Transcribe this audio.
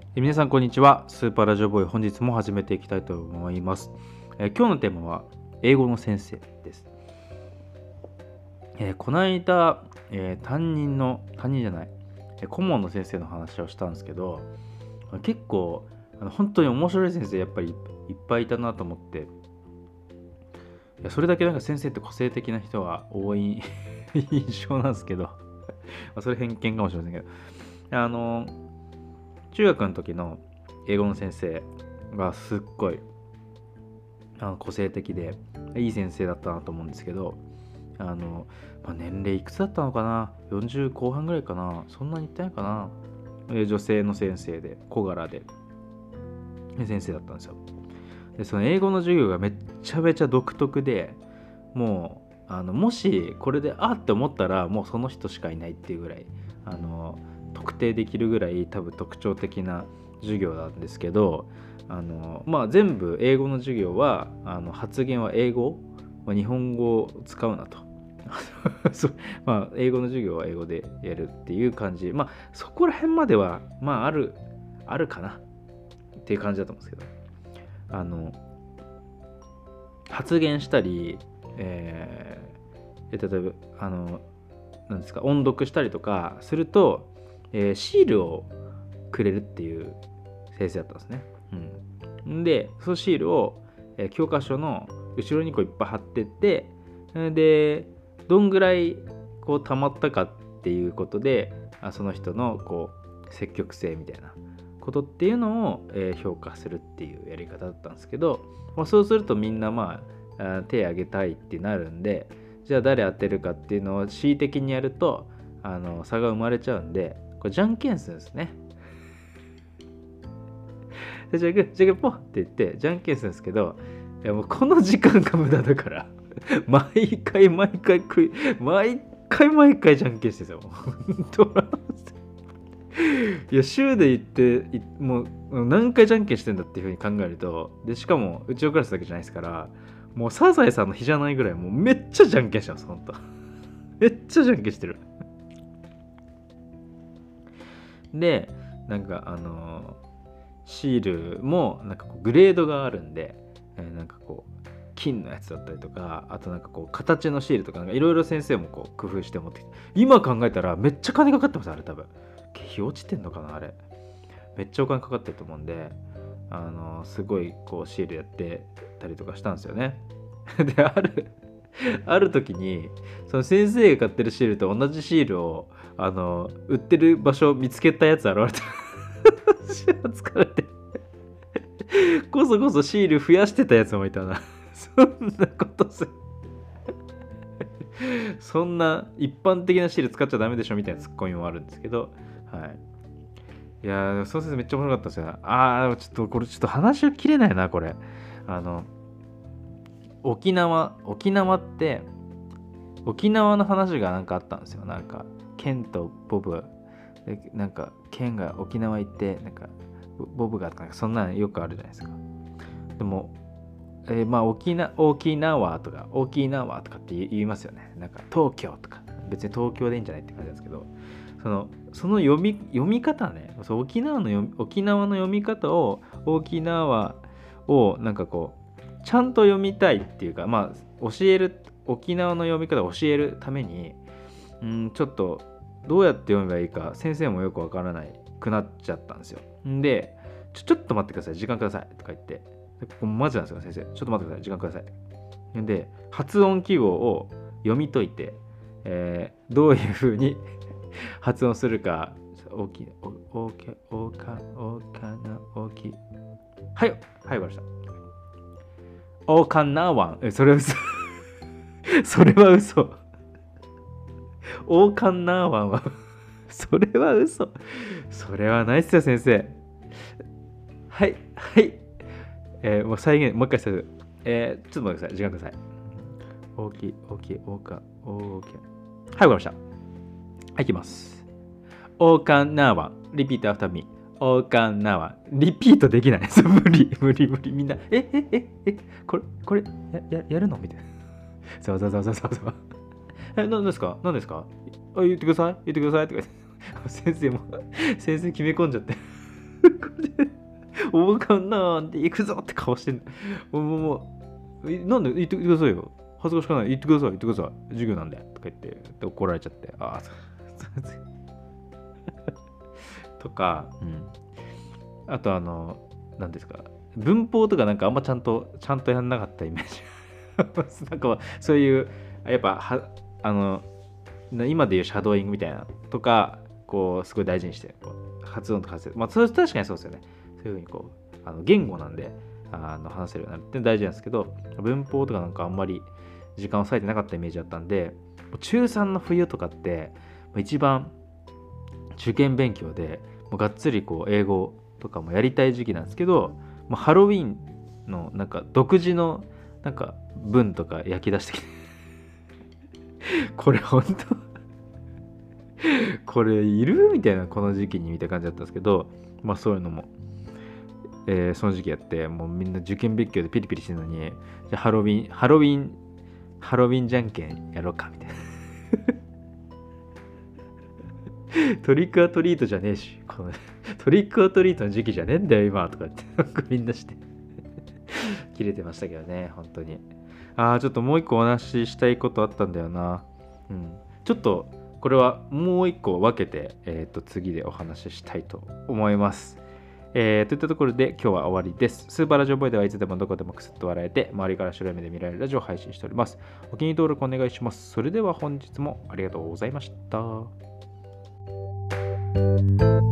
皆さんこんにちは。スーパーラジオボーイ、本日も始めていきたいと思います。今日のテーマは英語の先生です。この間、顧問の先生の話をしたんですけど、結構本当に面白い先生やっぱりいっぱいいたなと思って、それだけなんか先生って個性的な人が多い印象なんですけどそれ偏見かもしれませんけど、中学の時の英語の先生がすっごい個性的でいい先生だったなと思うんですけど、年齢いくつだったのかな、40後半ぐらいかな、そんなにいってないかな。女性の先生で小柄で先生だったんですよ。でその英語の授業がめっちゃめちゃ独特で、もうもしこれでって思ったらもうその人しかいないっていうぐらい特定できるぐらい多分特徴的な授業なんですけど、全部英語の授業は発言は英語、日本語を使うなと英語の授業は英語でやるっていう感じ、そこら辺まではあるかなっていう感じだと思うんですけど、発言したり、例えばなんですか、音読したりとかすると、シールをくれるっていう先生だったんですね。でそのシールを、教科書の後ろにこういっぱい貼ってって、でどんぐらいこう溜まったかっていうことでその人のこう積極性みたいなことっていうのを、評価するっていうやり方だったんですけど、そうするとみんな手挙げたいってなるんで、じゃあ誰当てるかっていうのを恣意的にやると差が生まれちゃうんで、これじゃんけんするんですね。でじゃあグーポンって言ってじゃんけんするんですけど、いやもうこの時間が無駄だから毎回じゃんけんしてさ、もう本当いや週で行ってもう何回じゃんけんしてんだっていう風に考えると、でしかもうちのクラスだけじゃないですから、もうサザエさんの日じゃないぐらいもうめっちゃじゃんけんしてます。本当めっちゃじゃんけんしてる。でなんかシールもなんかこうグレードがあるんで、なんかこう金のやつだったりとか、あとなんかこう形のシールとかいろいろ先生もこう工夫して持ってきて、今考えたらめっちゃ金かかってます。あれ多分経費落ちてんのかな、あれめっちゃお金かかってると思うんで、すごいこうシールやってたりとかしたんですよね。である時にその先生が買ってるシールと同じシールを売ってる場所を見つけたやつ現れた。疲れてこそこそシール増やしてたやつもいたな。そんなことそんな一般的なシール使っちゃダメでしょみたいなツッコミもあるんですけど、はい。いやー、その先生めっちゃ面白かったですよ。ちょっとこれちょっと話しきれないな、これ。沖縄って沖縄の話がなんかあったんですよ。なんかケンとボブで、なんかケンが沖縄行ってなんかボブがなんかそんなのよくあるじゃないですか。でも、沖縄とかって言いますよね。なんか東京とか、別に東京でいいんじゃないって感じなんですけど、その読み方ね、沖縄の読み方を沖縄をなんかこうちゃんと読みたいっていうか、教える、沖縄の読み方を教えるために、ちょっとどうやって読めばいいか先生もよくわからないくなっちゃったんですよ。でちょっと待ってください、時間くださいとか言って、マジなんですよ先生、ちょっと待ってください、時間ください。で発音記号を読み解いて、どういう風に発音するか、大きはいわかりました。おかなわん、それは嘘それは嘘。おかなわんはそれは嘘。それはないっすよ先生。はい。もう再現もう一回する。ちょっと待ってください、時間ください。大きいはいわかりました。はい、いきます。おかなわん、リピートアフターミー。おかなわん、リピートできない。無理みんなこれやるのみたいな。そう何ですか言ってくださいとか言って先生決め込んじゃっておばかんなんで行くぞって顔してんの。なんで言ってくださいよ。恥ずかしくない。言ってください、言ってください。授業なんで。とか言って、で怒られちゃって。ああ、そう。とか、あと何ですか。文法とかなんかあんまちゃんとやんなかったイメージ。なんかそういう、やっぱ今でいうシャドーイングみたいなとか、こう、すごい大事にして、こう発音とか発声。まあ、それ確かにそうですよね。そういうふうにこう、言語なんで、話せるようになるって大事なんですけど、文法とかなんかあんまり時間を割いてなかったイメージだったんで、中3の冬とかって、一番受験勉強で、もうがっつりこう英語とかもやりたい時期なんですけど、もうハロウィンのなんか独自のなんか文とか焼き出してきてこれ本当これいるみたいな、この時期にみたいな感じだったんですけど、まあそういうのも、その時期やって、もうみんな受験勉強でピリピリしてるのに、じゃあハロウィンじゃんけんやろうかみたいなトリックアトリートじゃねえし、このトリックアトリートの時期じゃねえんだよ今とかってなんかみんなして切れてましたけどね、本当に。ちょっともう一個お話ししたいことあったんだよな。ちょっとこれはもう一個分けて、次でお話ししたいと思います。といったところで今日は終わりです。スーパーラジオボーイではいつでもどこでもくすっと笑えて、周りから白い目で見られるラジオを配信しております。お気に入り登録お願いします。それでは本日もありがとうございました。